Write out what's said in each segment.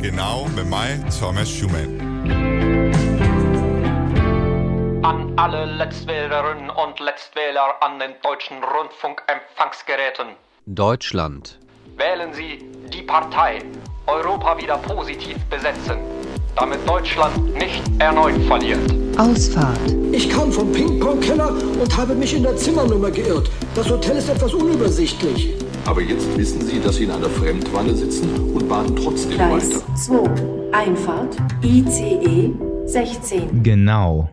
Genau med mig, Thomas Schumann. An alle Letztwählerinnen und Letztwähler an den deutschen Rundfunkempfangsgeräten. Deutschland. Wählen Sie die Partei Europa wieder positiv besetzen, damit Deutschland nicht erneut verliert. Ausfahrt. Ich kam vom Ping-Pong-Keller und habe mich in der Zimmernummer geirrt. Das Hotel ist etwas unübersichtlich. Aber jetzt wissen Sie, dass Sie in einer Fremdwanne sitzen und baden trotzdem Gleis weiter. 2. Einfahrt. ICE 16. Genau.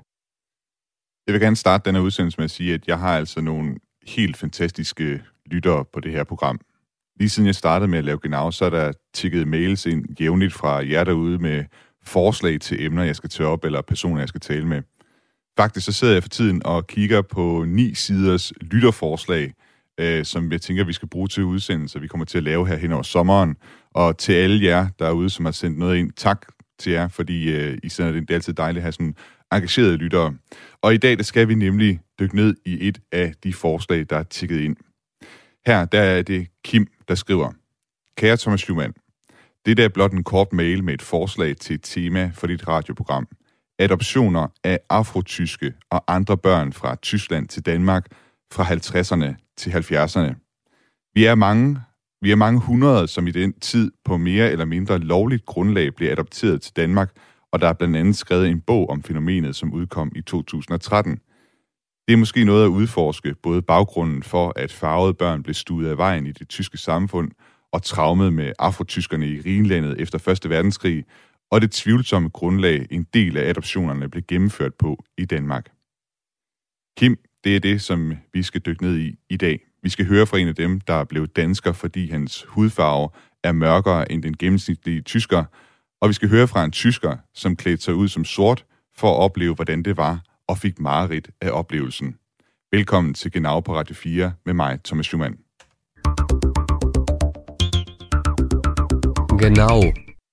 Jeg vil gerne starte denne udsendelse med at sige, at jeg har altså nogle helt fantastiske lyttere på det her program. Lige siden jeg startede med at lave Genau, så er der tikket mails ind jævnligt fra jer derude med forslag til emner, jeg skal tage op, eller personer, jeg skal tale med. Faktisk så sidder jeg for tiden og kigger på 9 siders lytterforslag, som jeg tænker, vi skal bruge til udsendelser, vi kommer til at lave her hen over sommeren. Og til alle jer derude, som har sendt noget ind, tak til jer, fordi I sender det er altid dejligt at have sådan engagerede lyttere. Og i dag, der skal vi nemlig dykke ned i et af de forslag, der er tikket ind. Her, der er det Kim, der skriver: Kære Thomas Schumann, det er blot en kort mail med et forslag til et tema for dit radioprogram. Adoptioner af afrotyske og andre børn fra Tyskland til Danmark fra 50'erne til 70'erne. Vi er mange hundrede, som i den tid på mere eller mindre lovligt grundlag blev adopteret til Danmark, og der er blandt andet skrevet en bog om fænomenet, som udkom i 2013. Det er måske noget at udforske, både baggrunden for, at farvede børn blev stuet af vejen i det tyske samfund, og traumet med afrotyskerne i Rhinlandet efter 1. verdenskrig, og det tvivlsomme grundlag, en del af adoptionerne blev gennemført på i Danmark. Kim, det er det, som vi skal dykke ned i dag. Vi skal høre fra en af dem, der blev dansker, fordi hans hudfarve er mørkere end den gennemsnitlige tysker, og vi skal høre fra en tysker, som klædte sig ud som sort for at opleve, hvordan det var, og fik mareridt af oplevelsen. Velkommen til Genau på Radio 4 med mig, Thomas Schumann. Genau.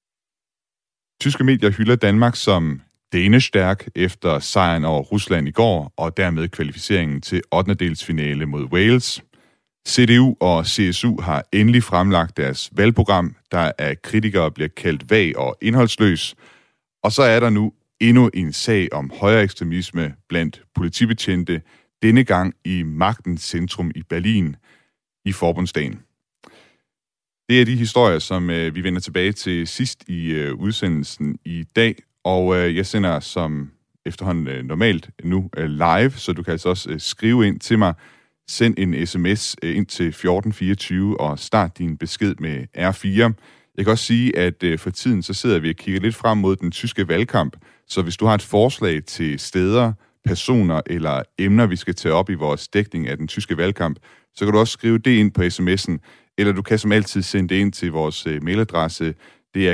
Tyske medier hylder Danmark som danestærk efter sejren over Rusland i går, og dermed kvalificeringen til 8. finale mod Wales. CDU og CSU har endelig fremlagt deres valgprogram, der af kritikere bliver kaldt vag og indholdsløs. Og så er der nu endnu en sag om højere ekstremisme blandt politibetjente, denne gang i magtens centrum i Berlin i Forbundsdagen. Det er de historier, som vi vender tilbage til sidst i udsendelsen i dag, og jeg sender som efterhånden normalt nu live, så du kan altså også skrive ind til mig. Send en sms ind til 1424 og start din besked med R4. Jeg kan også sige, at for tiden så sidder vi og kigger lidt frem mod den tyske valgkamp, så hvis du har et forslag til steder, personer eller emner, vi skal tage op i vores dækning af den tyske valgkamp, så kan du også skrive det ind på sms'en, eller du kan som altid sende det ind til vores mailadresse. Det er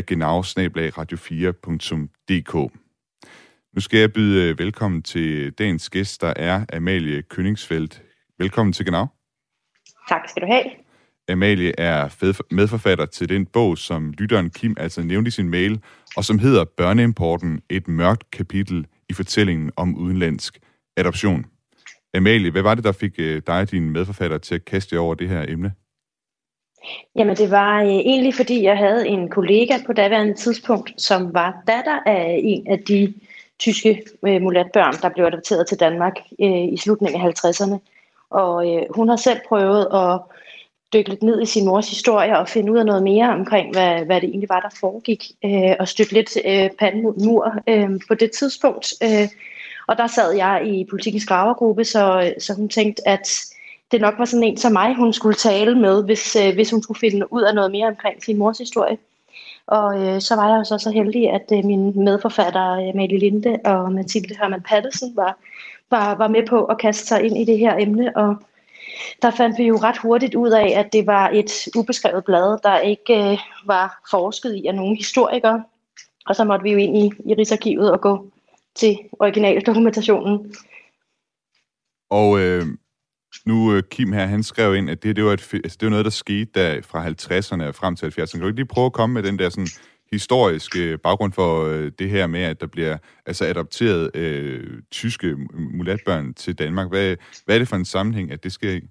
genau@radio4.dk. Nu skal jeg byde velkommen til dagens gæst, der er Amalie Königsfeldt. Velkommen til Genau. Tak skal du have. Amalie er medforfatter til den bog, som lytteren Kim altså nævnte i sin mail, og som hedder Børneimporten, et mørkt kapitel i fortællingen om udenlandsk adoption. Amalie, hvad var det, der fik dig og dine medforfatter til at kaste jer over det her emne? Jamen det var egentlig fordi jeg havde en kollega på daværende tidspunkt, som var datter af en af de tyske mulatbørn, der blev adopteret til Danmark i slutningen af 50'erne. Og hun har selv prøvet at dykke lidt ned i sin mors historie og finde ud af noget mere omkring, hvad det egentlig var, der foregik. Og støtte lidt panden mod mur på det tidspunkt. Og der sad jeg i Politikens Gravergruppe, så hun tænkte, at det nok var sådan en som mig, hun skulle tale med, hvis hun skulle finde ud af noget mere omkring sin mors historie. Og så var jeg jo så heldig, at mine medforfattere, Amalie Linde og Mathilde Hermann Pattesen, var med på at kaste sig ind i det her emne. Og der fandt vi jo ret hurtigt ud af, at det var et ubeskrevet blad, der ikke var forsket i af nogen historikere. Og så måtte vi jo ind i Rigsarkivet og gå til originaldokumentationen. Og nu Kim her, han skrev ind, at det var noget, der skete der fra 50'erne og frem til 70'erne. Kan du ikke lige prøve at komme med den der sådan historiske baggrund for det her med, at der bliver altså adopteret tyske mulatbørn til Danmark? Hvad er det for en sammenhæng, at det sker i?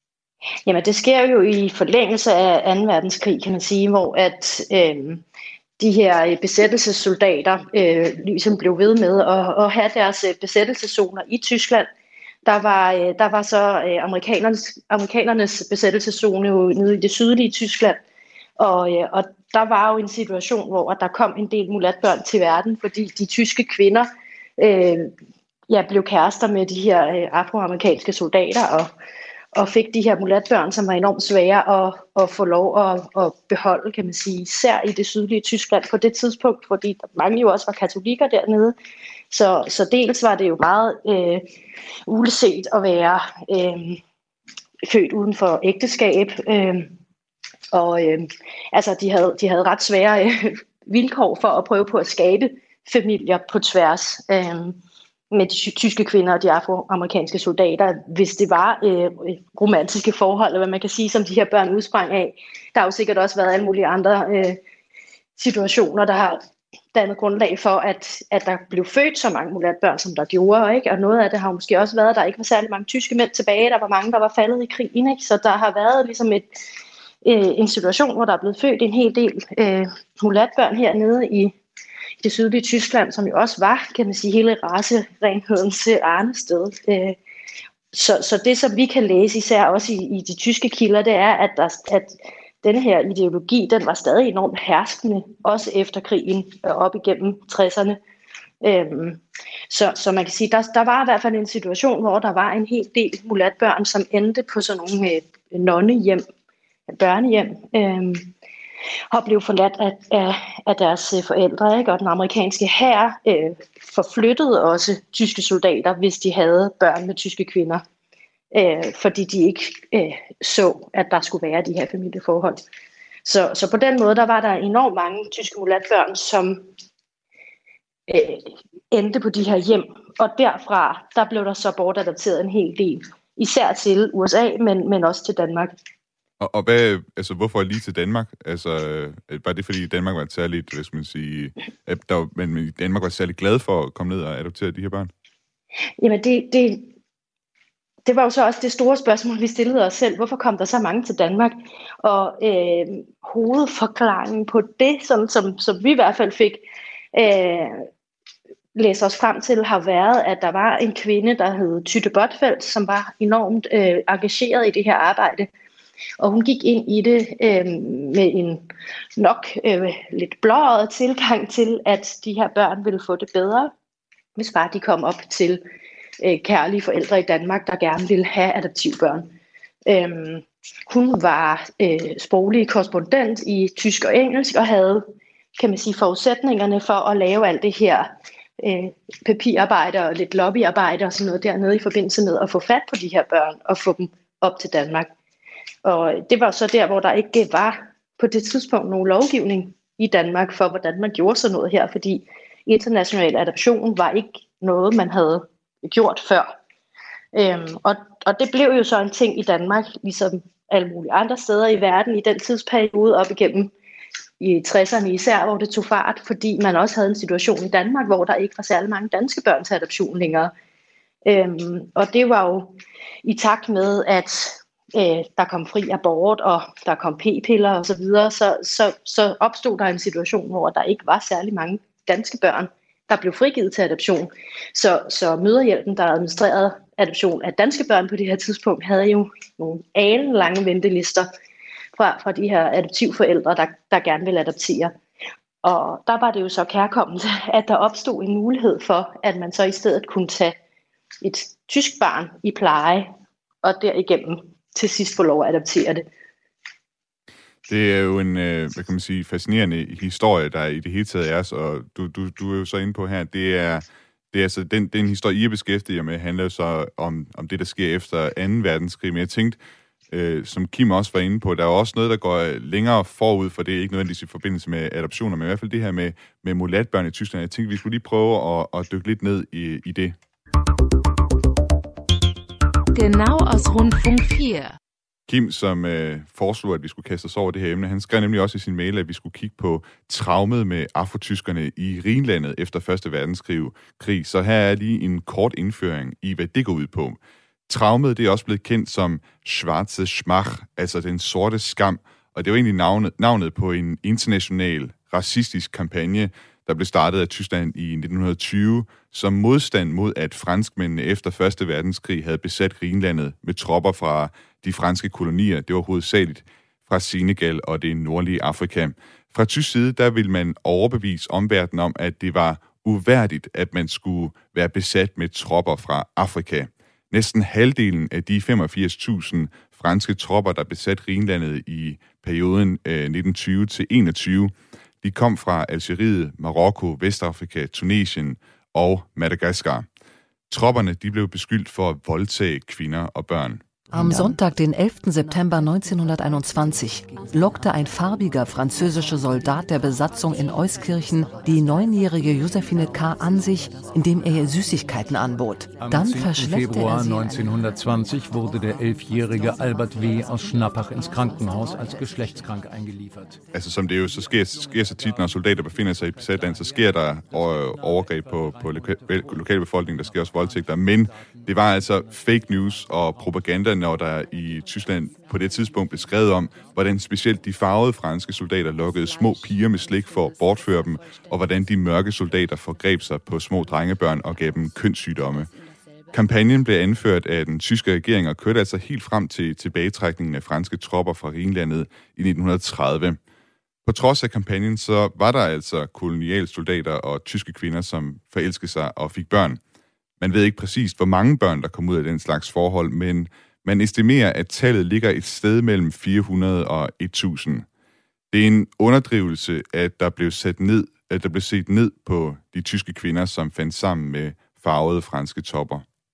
Jamen, det sker jo i forlængelse af 2. verdenskrig, kan man sige, hvor at de her besættelsessoldater ligesom blev ved med at have deres besættelseszoner i Tyskland. Der var så amerikanernes besættelseszone jo nede i det sydlige Tyskland, og der var jo en situation, hvor der kom en del mulatbørn til verden, fordi de tyske kvinder blev kærester med de her afroamerikanske soldater, og fik de her mulatbørn, som var enormt svære at få lov at beholde, kan man sige, især i det sydlige Tyskland på det tidspunkt, fordi mange jo også var katolikker dernede. Så dels var det jo meget uleset at være født uden for ægteskab, altså de havde ret svære vilkår for at prøve på at skabe familier på tværs med de tyske kvinder og de afroamerikanske soldater, hvis det var romantiske forhold, hvad man kan sige, som de her børn udsprang af. Der har jo sikkert også været alle mulige andre situationer, der har dannet grundlag for, at der blev født så mange mulatbørn, som der gjorde, ikke? Og noget af det har måske også været, at der ikke var særlig mange tyske mænd tilbage, der var mange, der var faldet i krigen, ikke? Så der har været ligesom en situation, hvor der er blevet født en hel del mulatbørn hernede i det sydlige Tyskland, som jo også var, kan man sige, hele racerenhedens arnested. Så det, som vi kan læse, især også i de tyske kilder, det er, at denne her ideologi, den var stadig enormt herskende, også efter krigen og op igennem 60'erne. Så man kan sige, der var i hvert fald en situation, hvor der var en hel del mulatbørn, som endte på sådan nogle nonnehjem, børnehjem, og blev forladt af deres forældre, ikke? Og den amerikanske hær forflyttede også tyske soldater, hvis de havde børn med tyske kvinder, fordi de ikke så, at der skulle være de her familieforhold. Så på den måde, der var der enormt mange tyske mulatbørn, som endte på de her hjem, og derfra, der blev der så bortadopteret en hel del, især til USA, men også til Danmark. Og hvad, altså hvorfor lige til Danmark? Altså, var det fordi Danmark var særligt, hvad skal man sige, men Danmark var særligt glad for at komme ned og adoptere de her børn? Jamen det var jo så også det store spørgsmål, vi stillede os selv. Hvorfor kom der så mange til Danmark? Og hovedforklaringen på det, sådan som vi i hvert fald fik læst os frem til, har været, at der var en kvinde, der hed Tytte Botfeldt, som var enormt engageret i det her arbejde. Og hun gik ind i det med en nok lidt blåret tilgang til, at de her børn ville få det bedre, hvis bare de kom op til kærlige forældre i Danmark, der gerne ville have adoptivbørn. Hun var sproglig korrespondent i tysk og engelsk, og havde, kan man sige, forudsætningerne for at lave alt det her papirarbejde og lidt lobbyarbejde og sådan noget dernede i forbindelse med at få fat på de her børn og få dem op til Danmark. Og det var så der, hvor der ikke var på det tidspunkt nogen lovgivning i Danmark for, hvordan man gjorde sådan noget her, fordi international adoption var ikke noget, man havde gjort før. Og det blev jo så en ting i Danmark, ligesom alle mulige andre steder i verden i den tidsperiode op igennem i 60'erne især, hvor det tog fart, fordi man også havde en situation i Danmark, hvor der ikke var særlig mange danske børn til adoption længere. Og det var jo i takt med, at der kom fri abort, og der kom p-piller og så videre, så opstod der en situation, hvor der ikke var særlig mange danske børn, der blev frigivet til adoption. Så Mødrehjælpen, der administrerede adoption af danske børn på det her tidspunkt, havde jo nogle alenlange ventelister fra de her adoptivforældre, der gerne ville adoptere. Og der var det jo så kærkomment, at der opstod en mulighed for, at man så i stedet kunne tage et tysk barn i pleje, og derigennem til sidst få lov at adoptere det. Det er jo en, hvad kan man sige, fascinerende historie, der i det hele taget er, og du er jo så inde på her, det er altså den historie, I er beskæftiget med, handler jo så om det, der sker efter 2. verdenskrig, men jeg tænkte, som Kim også var inde på, der er jo også noget, der går længere forud for det, ikke nødvendigvis i forbindelse med adoptioner, men i hvert fald det her med mulatbørn i Tyskland. Jeg tænkte, vi skulle lige prøve at dykke lidt ned i det. Genau aus Rundfunk 4. Kim, som foreslog, at vi skulle kaste os over det her emne, han skrev nemlig også i sin mail, at vi skulle kigge på traumet med afrotyskerne i Rhinlandet efter 1. verdenskrig. Så her er lige en kort indføring i, hvad det går ud på. Traumet, det er også blevet kendt som schwarze Schmach, altså den sorte skam, og det er jo egentlig navnet på en international racistisk kampagne, der blev startet af Tyskland i 1920, som modstand mod, at franskmændene efter 1. verdenskrig havde besat Rhinlandet med tropper fra de franske kolonier. Det var hovedsageligt fra Senegal og det nordlige Afrika. Fra tysk side, der ville man overbevise omverdenen om, at det var uværdigt, at man skulle være besat med tropper fra Afrika. Næsten halvdelen af de 85.000 franske tropper, der besat Rhinlandet i perioden 1920 til 21, de kom fra Algeriet, Marokko, Vestafrika, Tunesien og Madagaskar. Tropperne de blev beskyldt for at voldtage kvinder og børn. Am Sonntag, den 11. September 1921, lockte ein farbiger französischer Soldat der Besatzung in Euskirchen die 9-jährige Josephine K. an sich, indem er ihr Süßigkeiten anbot. Dann verschleppte Februar er sie 1920 wurde der 11-jährige Albert W. aus Schnappach ins Krankenhaus als geschlechtskrank eingeliefert. Altså som det jo så sker så tit, når soldater befinder sig i besat land, så sker der overgreb på lokalbefolkningen, der sker også voldtægter, men det var altså fake news og propaganda, når der i Tyskland på det tidspunkt blev skrevet om, hvordan specielt de farvede franske soldater lokkede små piger med slik for at bortføre dem, og hvordan de mørke soldater forgreb sig på små drengebørn og gav dem kønssygdomme. Kampagnen blev anført af den tyske regering og kørte altså helt frem til tilbagetrækningen af franske tropper fra Rhinlandet i 1930. På trods af kampagnen, så var der altså kolonialsoldater og tyske kvinder, som forelskede sig og fik børn. Man ved ikke præcist, hvor mange børn, der kom ud af den slags forhold, men man estimerer, at tallet ligger et sted mellem 400 og 1000. Det er en underdrivelse, at der blev set ned på de tyske kvinder, som fandt sammen med farvede franske topper.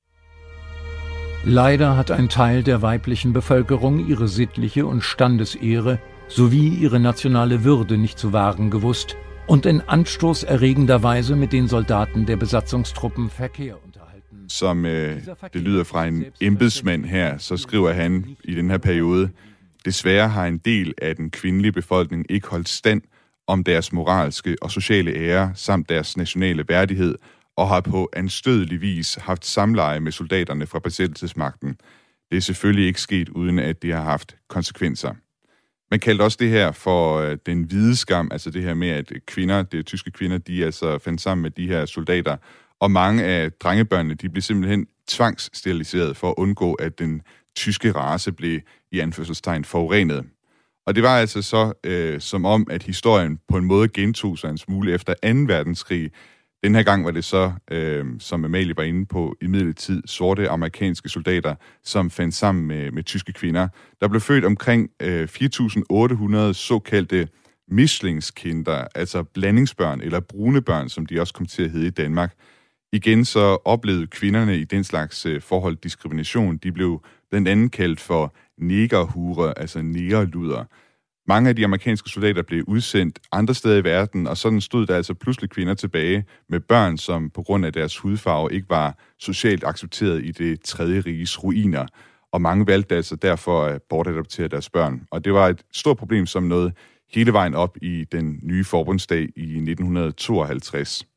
Leider hat ein Teil der weiblichen Bevölkerung ihre sittliche und Standesehre sowie ihre nationale Würde nicht zu wahren gewusst und in anstoßerregender Weise mit den Soldaten der Besatzungstruppen Verkehr unterhalten. Som det lyder fra en embedsmand her, så skriver han i den her periode, desværre har en del af den kvindelige befolkning ikke holdt stand om deres moralske og sociale ære samt deres nationale værdighed, og har på anstødelig vis haft samleje med soldaterne fra besættelsesmagten. Det er selvfølgelig ikke sket, uden at det har haft konsekvenser. Man kaldte også det her for den hvide skam, altså det her med, at kvinder, det tyske kvinder, de altså fandt sammen med de her soldater, og mange af drengebørnene, de blev simpelthen tvangssteriliseret for at undgå, at den tyske race blev i anførselstegn forurenet. Og det var altså så som om, at historien på en måde gentog sig en smule efter 2. verdenskrig. Den her gang var det så, som Amalie var inde på, imidlertid sorte amerikanske soldater, som fandt sammen med tyske kvinder. Der blev født omkring 4.800 såkaldte mislingskinder, altså blandingsbørn eller brune børn, som de også kom til at hedde i Danmark. Igen så oplevede kvinderne i den slags forhold diskrimination. De blev blandt andet kaldt for negerhure, altså negerluder. Mange af de amerikanske soldater blev udsendt andre steder i verden, og sådan stod der altså pludselig kvinder tilbage med børn, som på grund af deres hudfarve ikke var socialt accepteret i det tredje riges ruiner. Og mange valgte altså derfor at bortadoptere deres børn. Og det var et stort problem, som nåede hele vejen op i den nye forbundsdag i 1952.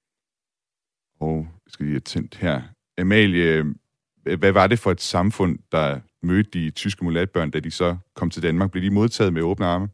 Og jeg skal lige have tændt her. Amalie, hvad var det for et samfund, der mødte de tyske mulatbørn, da de så kom til Danmark? Blev de modtaget med åbne arme?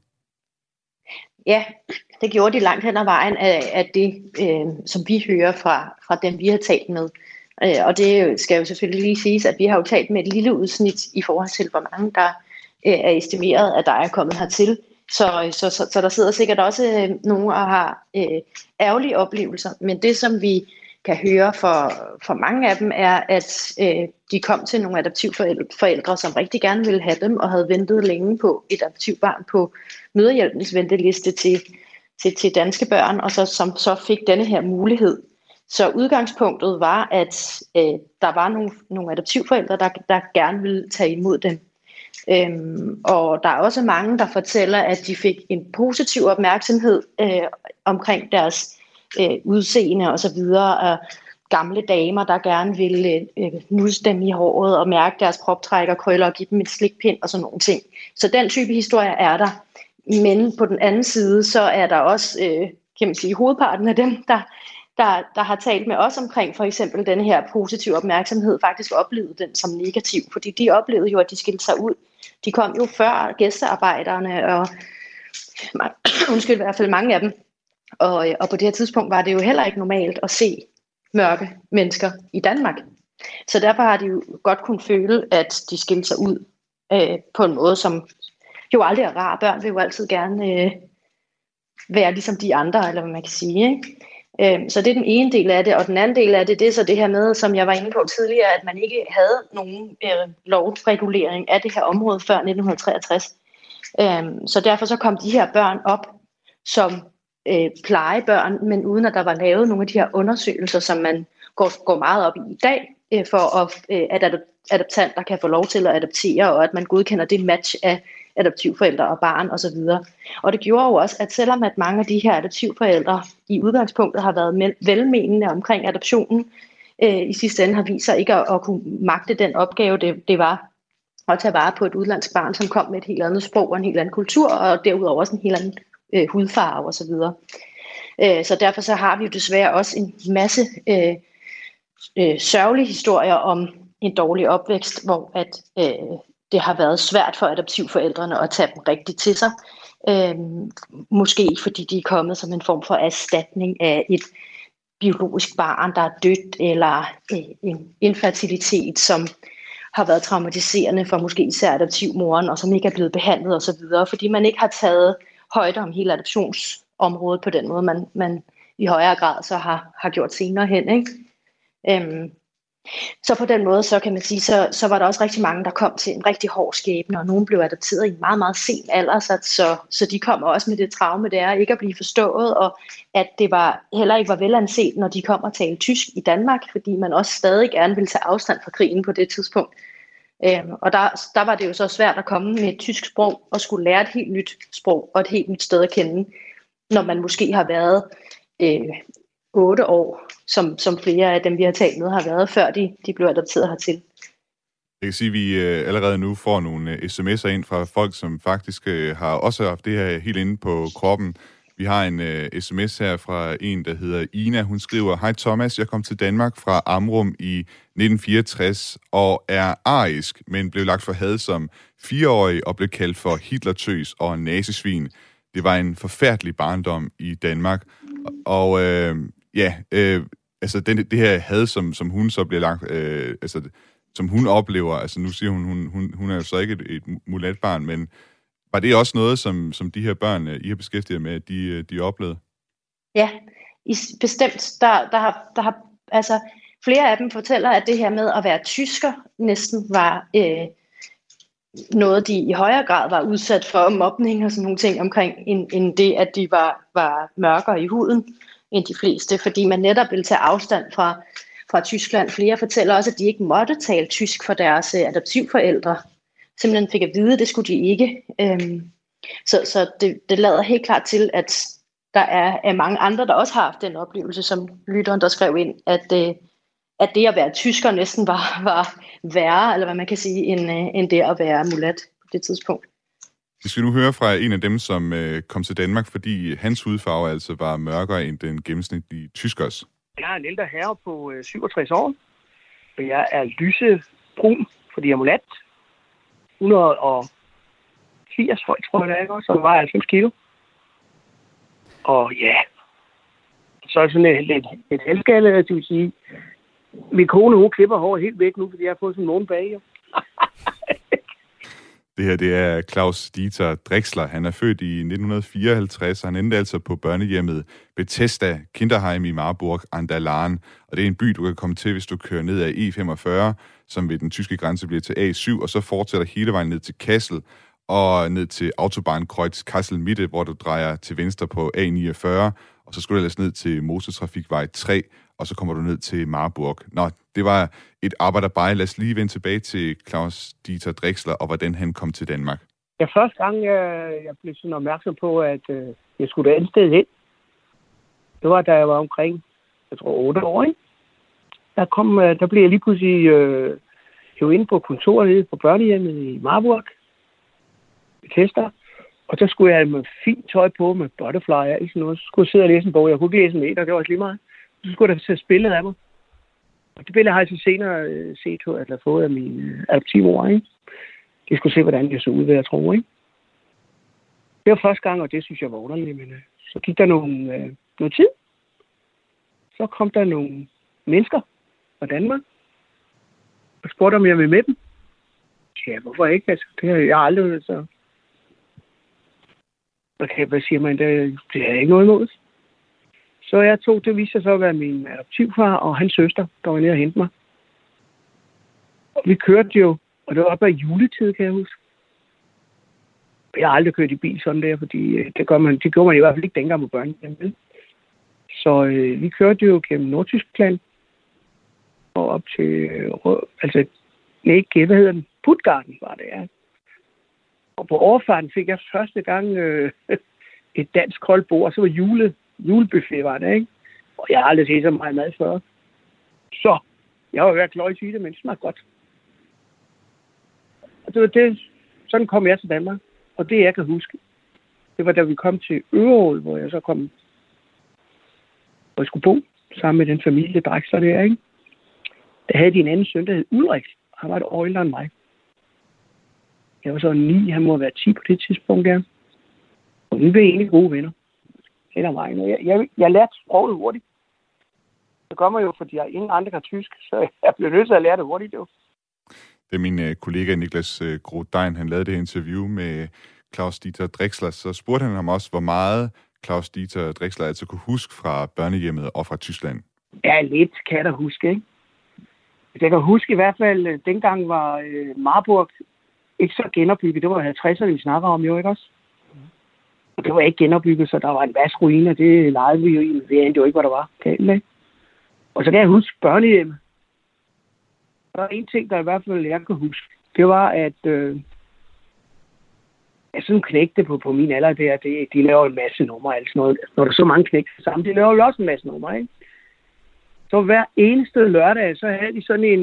Ja, det gjorde de langt hen ad vejen af det, som vi hører fra dem, vi har talt med. Og det skal jo selvfølgelig lige siges, at vi har jo talt med et lille udsnit i forhold til, hvor mange der er estimeret, at der er kommet hertil. Så der sidder sikkert også nogen og har ærgerlige oplevelser. Men det, som vi kan høre for mange af dem, er, at de kom til nogle adoptivforældre, som rigtig gerne ville have dem, og havde ventet længe på et adoptivbarn på Mødrehjælpens venteliste til danske børn, og som så fik denne her mulighed. Så udgangspunktet var, at der var nogle adoptivforældre, der gerne ville tage imod dem. Og der er også mange, der fortæller, at de fik en positiv opmærksomhed omkring deres udseende og så videre, og gamle damer, der gerne ville nusse dem i håret og mærke deres proptrækkerkrøller og give dem en slikpind og sådan nogle ting. Så den type historie er der. Men på den anden side, så er der også, kan man sige, hovedparten af dem, der har talt med os omkring for eksempel denne her positive opmærksomhed, faktisk oplevede den som negativ, fordi de oplevede jo, at de skilte sig ud. De kom jo før gæstearbejderne, i hvert fald mange af dem. Og på det her tidspunkt var det jo heller ikke normalt at se mørke mennesker i Danmark. Så derfor har de jo godt kunne føle, at de skilte sig ud på en måde, som jo aldrig er rar. Børn vil jo altid gerne være ligesom de andre, eller hvad man kan sige, ikke? Så det er den ene del af det, og den anden del af det, det er så det her med, som jeg var inde på tidligere, at man ikke havde nogen lovregulering af det her område før 1963. Så derfor så kom de her børn op som plejebørn, men uden at der var lavet nogle af de her undersøgelser, som man går meget op i dag, for at adoptanter kan få lov til at adoptere, og at man godkender det match af adoptivforældre og barn osv. Og det gjorde jo også, at selvom at mange af de her adoptivforældre i udgangspunktet har været velmenende omkring adoptionen, i sidste ende har vist sig ikke at kunne magte den opgave, det var at tage vare på et udlandsk barn, som kom med et helt andet sprog og en helt anden kultur, og derudover også en helt anden hudfarve osv. Så derfor så har vi jo desværre også en masse sørgelige historier om en dårlig opvækst, hvor at det har været svært for adoptivforældrene at tage dem rigtigt til sig. Måske fordi de er kommet som en form for erstatning af et biologisk barn, der er dødt, eller en infertilitet, som har været traumatiserende for måske især adoptivmoren, og som ikke er blevet behandlet osv., fordi man ikke har taget højde om hele adoptionsområdet på den måde, man i højere grad så har gjort senere hen, ikke? Så på den måde, så kan man sige, så var der også rigtig mange, der kom til en rigtig hård skæbne, og nogen blev adopteret i en meget, meget sen alder, så de kom også med det traume, det er ikke at blive forstået, og at det heller ikke var velanset, når de kom og talte tysk i Danmark, fordi man også stadig gerne ville tage afstand fra krigen på det tidspunkt. Og der var det jo så svært at komme med et tysk sprog, og skulle lære et helt nyt sprog, og et helt nyt sted at kende, når man måske har været 8 år, som flere af dem, vi har talt med, har været, før de blev adopteret hertil. Jeg kan sige, at vi allerede nu får nogle sms'er ind fra folk, som faktisk har også haft det her helt inde på kroppen. Vi har en sms her fra en, der hedder Ina. Hun skriver: Hej Thomas, jeg kom til Danmark fra Amrum i 1964 og er arisk, men blev lagt for had som 4-årig og blev kaldt for Hitlertøs og nazisvin. Det var en forfærdelig barndom i Danmark. Og altså det her had, som hun så bliver lagt, som hun oplever, altså nu siger hun er jo så ikke et mulatbarn, men var det også noget, som de her børn, I har beskæftiget med, at de oplevede? Ja, bestemt. Der har altså flere af dem fortæller, at det her med at være tysker næsten var noget, de i højere grad var udsat for, mobning og sådan nogle ting omkring, end det, at de var mørkere i huden end de fleste, fordi man netop ville tage afstand fra Tyskland. Flere fortæller også, at de ikke måtte tale tysk for deres adoptivforældre. Simpelthen fik at vide, at det skulle de ikke. Så det lader helt klart til, at der er mange andre, der også har haft den oplevelse, som lytteren, der skrev ind, at det at være tysker næsten var værre, eller hvad man kan sige, end det at være mulat på det tidspunkt. Vi skal nu høre fra en af dem, som kom til Danmark, fordi hans hudfarve altså var mørkere end den gennemsnitlige tyskers. Jeg er en ældre herre på 67 år, og jeg er lysebrun, fordi jeg er mulat. 180 høj, tror jeg, ikke? Så var 90 kilo. Og ja, så er det sådan et halvskalle, det vil sige, min kone, hun klipper håret helt væk nu, fordi jeg har fået sådan en morgen bag. Det her, det er Klaus Dieter Drexler. Han er født i 1954, og han endte altså på børnehjemmet Bethesda Kinderheim i Marburg an der Lahn. Og det er en by, du kan komme til, hvis du kører ned af E45, som ved den tyske grænse bliver til A7, og så fortsætter hele vejen ned til Kassel og ned til Autobahnkreuz Kassel-Mitte, hvor du drejer til venstre på A49, og så skal du ellers ned til motortrafikvej 3, og så kommer du ned til Marburg. Nå, det var et arbejderbej. Lad os lige vende tilbage til Klaus Dieter Drexler, og hvordan han kom til Danmark. Ja, første gang, jeg blev sådan opmærksom på, at jeg skulle et andet sted hen, det var, da jeg var omkring, jeg tror, 8 år, ikke? Der blev jeg lige pludselig hævet ind på kontoret på børnehjemmet i Marburg, i Tester, og så skulle jeg have med fint tøj på, med butterfly og sådan noget. Så skulle jeg sidde og læse en bog. Jeg kunne ikke læse en meter, det var også lige meget. Så skulle der tage billeder af mig. Og det billede har jeg så senere fået af min adoptivmor, ikke? De skulle se, hvordan jeg så ud, hvad jeg tror, ikke? Det var første gang, og det synes jeg var underligt. Men så gik der noget tid. Så kom der nogle mennesker fra Danmark og spurgte, om jeg ville med dem. Ja, hvorfor ikke? Altså, det har jeg aldrig så. Okay, hvad siger man? Det har jeg ikke noget imod. Så jeg tog, det viste sig så at være min adoptivfar og hans søster, der var nede og hente mig. Og vi kørte jo, og det var op ad juletid, kan jeg huske. Jeg har aldrig kørt i bil sådan der, fordi det gjorde man i hvert fald ikke dengang på børnehjemmet. Så vi kørte jo gennem Nordtyskland og op til, hvad hedder den? Puttgarden var det, ja. Og på overfarten fik jeg første gang et dansk koldt bord, og så var julebuffet var det, ikke? Og jeg har aldrig set så meget mad før. Så jeg var ved at kløjse i det, men det smagte godt. Og det var det, sådan kom jeg til Danmark. Og det jeg kan huske, det var da vi kom til Øreål, hvor jeg så kom, hvor jeg skulle bo sammen med den familie Drexler der, ikke? Der havde de en anden søn, der hed Ulrik. Han var et år ældre end mig. Jeg var så 9, han må have været 10 på det tidspunkt der. Og vi blev egentlig gode venner. Eller mig. Jeg lærte sproget hurtigt. Det gør mig jo, fordi jeg ingen andre kan tysk, så jeg blev nødt til at lære det hurtigt jo. Det er min kollega Niklas Groth-Dein, han lavede det interview med Claus-Dieter Drexler, så spurgte han ham også, hvor meget Claus-Dieter Drexler altså kunne huske fra børnehjemmet og fra Tyskland. Ja, lidt kan jeg da huske, ikke? Jeg kan huske i hvert fald, dengang var Marburg ikke så genopbygget. Det var 50'erne, vi snakker om jo, ikke også? Og det var ikke genopbygget, så der var en masse ruiner. Det legede vi jo i, men det endte jo ikke, hvad der var. Ikke? Og så kan jeg huske børnehjemmet. Der er en ting, der i hvert fald jeg kan huske. Det var, at jeg sådan knægte på min alder der. De laver en masse numre, altså noget. Når der er så mange knægte sammen, de laver jo også en masse numre, ikke? Så hver eneste lørdag, så havde de sådan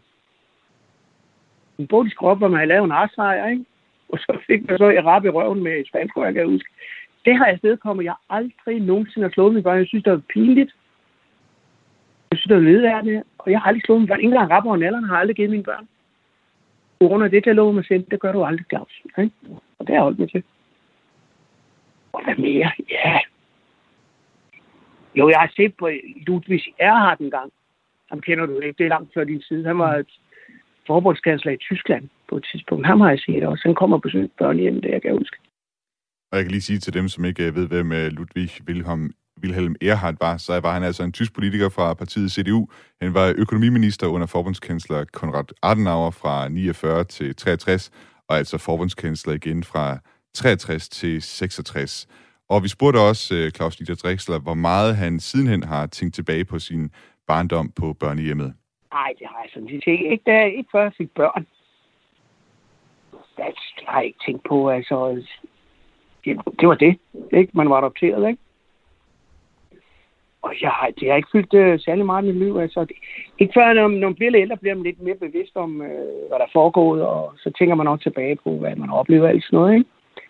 en bodisk krop, hvor man havde lavet en arsejr, ikke? Og så fik man så et rap i røven med et spansk, jeg kan huske. Det har jeg stedkommet. Jeg aldrig nogensinde har slået mine børn. Jeg synes, det var pinligt. Jeg synes, det var ledværende. Og jeg har aldrig slået mine børn. Ingen gang rapper og nallerne har aldrig givet mine børn. På grund af det, jeg lovede mig selv, det gør du aldrig, Claus. Ikke? Og det har jeg holdt mig til. Og hvad mere? Ja. Jo, jeg har set på Ludwig Erhard en gang. Ham kender du ikke. Det er langt før din side. Han var et forbundskansler i Tyskland på et tidspunkt. Ham har jeg set også. Han kommer og besøger børnehjemmet, det jeg kan huske. Og jeg kan lige sige til dem, som ikke ved, hvem Ludwig Wilhelm Erhard var, så var han altså en tysk politiker fra partiet CDU. Han var økonomiminister under forbundskansler Konrad Adenauer fra 49 til 63, og altså forbundskansler igen fra 63 til 66. Og vi spurgte også Claus-Dieter Drexler, hvor meget han sidenhen har tænkt tilbage på sin barndom på børnehjemmet. Nej, det har jeg sådan set ikke før jeg fik børn. Det har jeg ikke tænkt på, altså. Det var det, ikke? Man var adopteret, ikke? Og det har ikke fyldt særlig meget i mit liv, altså. Ikke før, når man bliver lidt ældre, bliver man lidt mere bevidst om, hvad der er foregået, og så tænker man også tilbage på, hvad man oplever alt sådan noget, ikke?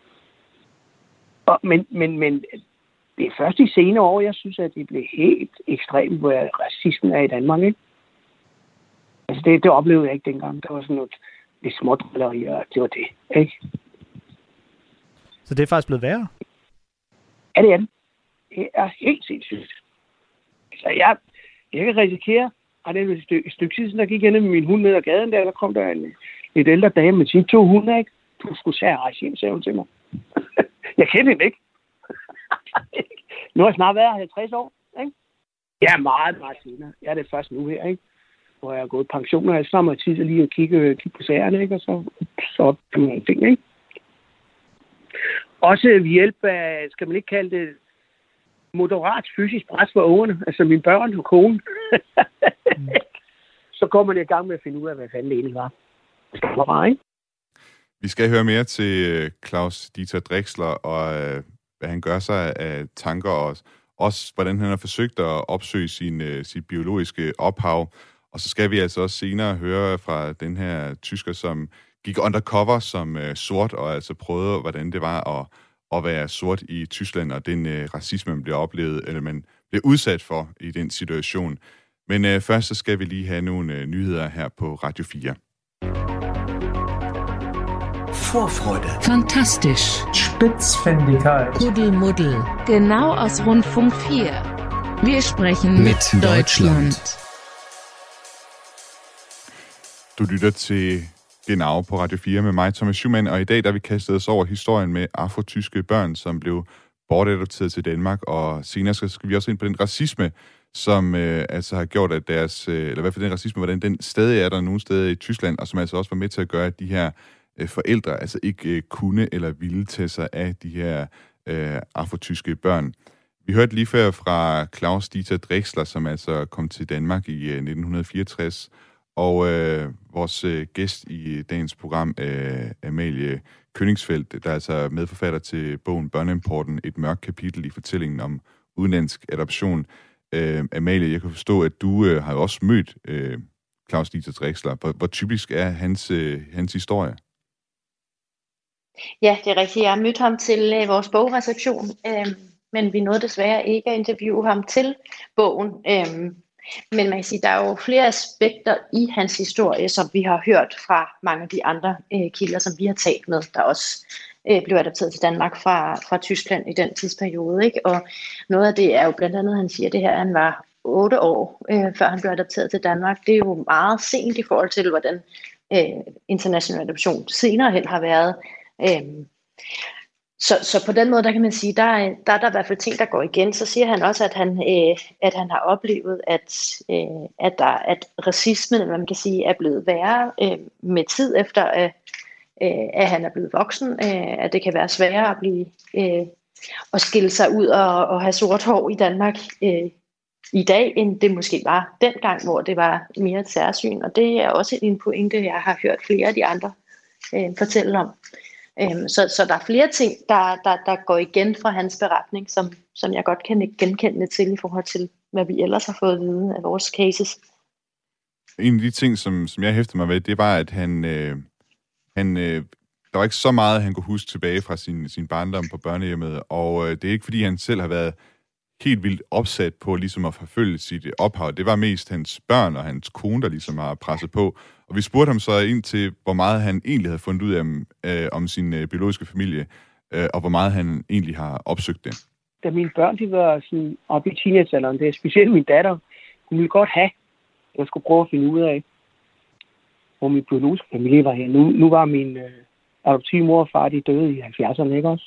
Men det er først i senere år, jeg synes, at det blev helt ekstremt, hvor racismen er i Danmark, ikke? Altså, det oplevede jeg ikke dengang. Det var sådan noget lidt smådrilleri, og det var det, ikke? Så det er faktisk blevet værre? Ja, det er det. Det er helt sindssygt. Altså, jeg kan risikere, at det er et stykke tid, der gik jeg ned med min hund ned ad gaden, der kom der en lidt ældre dame med sine 2 hunde, ikke? Du skulle sære rejse hjem, sagde hun til mig. Jeg kender hende ikke. Nu har jeg snart været 50 år, ikke? Ja, meget, meget senere. Jeg er det først nu her, ikke? Hvor jeg er gået i pension, og jeg snart mig tid til lige at kigge på sagerne, ikke? Og så nogle ting, ikke? Også ved hjælp af, skal man ikke kalde det, moderat fysisk pres for ungerne, altså mine børn og kone. Så går man i gang med at finde ud af, hvad fanden det egentlig var. Det var bare, ikke? Vi skal høre mere til Claus-Dieter Drexler, og hvad han gør sig af tanker, og også hvordan han har forsøgt at opsøge sit biologiske ophav. Og så skal vi altså også senere høre fra den her tysker, som gik undercover som sort, og altså prøvede, hvordan det var at være sort i Tyskland, og den racisme, man blev udsat for i den situation. Men først så skal vi lige have nogle nyheder her på Radio 4. Vorfreude. Fantastisch. Spitzfindigkeit. Kuddelmuddel. Genau aus Rundfunk 4. Wir sprechen mit Deutschland. Du lytter til Genau på Radio 4 med mig, Thomas Schumann, og i dag der vi kastet os over historien med afrotyske børn, som blev bortadopteret til Danmark, og senere skal vi også ind på den racisme, som altså har gjort, at deres, eller i hvert fald den racisme, hvordan den stadig er der nogle steder i Tyskland, og som altså også var med til at gøre, at de her forældre altså ikke kunne eller ville tage sig af de her afrotyske børn. Vi hørte lige før fra Klaus-Dieter Drexler, som altså kom til Danmark i 1964, og vores gæst i dagens program, Amalie Königsfeldt, der er altså medforfatter til bogen Børneimporten, et mørkt kapitel i fortællingen om udenlandsk adoption. Amalie, jeg kan forstå, at du har også mødt Klaus-Dieter Drexler. Hvor typisk er hans historie? Ja, det er rigtigt. Jeg har mødt ham til vores bogreception, men vi nåede desværre ikke at interviewe ham til bogen. Men man kan sige, at der er jo flere aspekter i hans historie, som vi har hørt fra mange af de andre kilder, som vi har talt med, der også blev adopteret til Danmark fra Tyskland i den tidsperiode. Ikke? Og noget af det er jo blandt andet, han siger det her, at han var 8 år, før han blev adopteret til Danmark. Det er jo meget sent i forhold til, hvordan international adoption senere hen har været. Så på den måde, der kan man sige, der er i hvert fald ting, der går igen. Så siger han også, at han har oplevet, at racismen, eller man kan sige, er blevet værre med tid efter, at han er blevet voksen. At det kan være sværere at blive at skille sig ud og have sort hår i Danmark i dag, end det måske var dengang, hvor det var mere et særsyn. Og det er også en pointe, jeg har hørt flere af de andre fortælle om. Så der er flere ting, der går igen fra hans beretning, som jeg godt kan genkende til i forhold til, hvad vi ellers har fået at vide af vores cases. En af de ting, som jeg hæftede mig ved, det var, at han der var ikke så meget, han kunne huske tilbage fra sin barndom på børnehjemmet, og det er ikke, fordi han selv har været helt vildt opsat på ligesom at forfølge sit ophav. Det var mest hans børn og hans kone, der ligesom har presset på. Og vi spurgte ham så ind til, hvor meget han egentlig havde fundet ud af om sin biologiske familie, og hvor meget han egentlig har opsøgt det. Da mine børn de var sådan oppe i teenagealderen, det er specielt min datter, hun ville godt have, at jeg skulle prøve at finde ud af, hvor min biologiske familie var her. Nu var min adoptive mor og far, de døde i 70'erne, ikke også?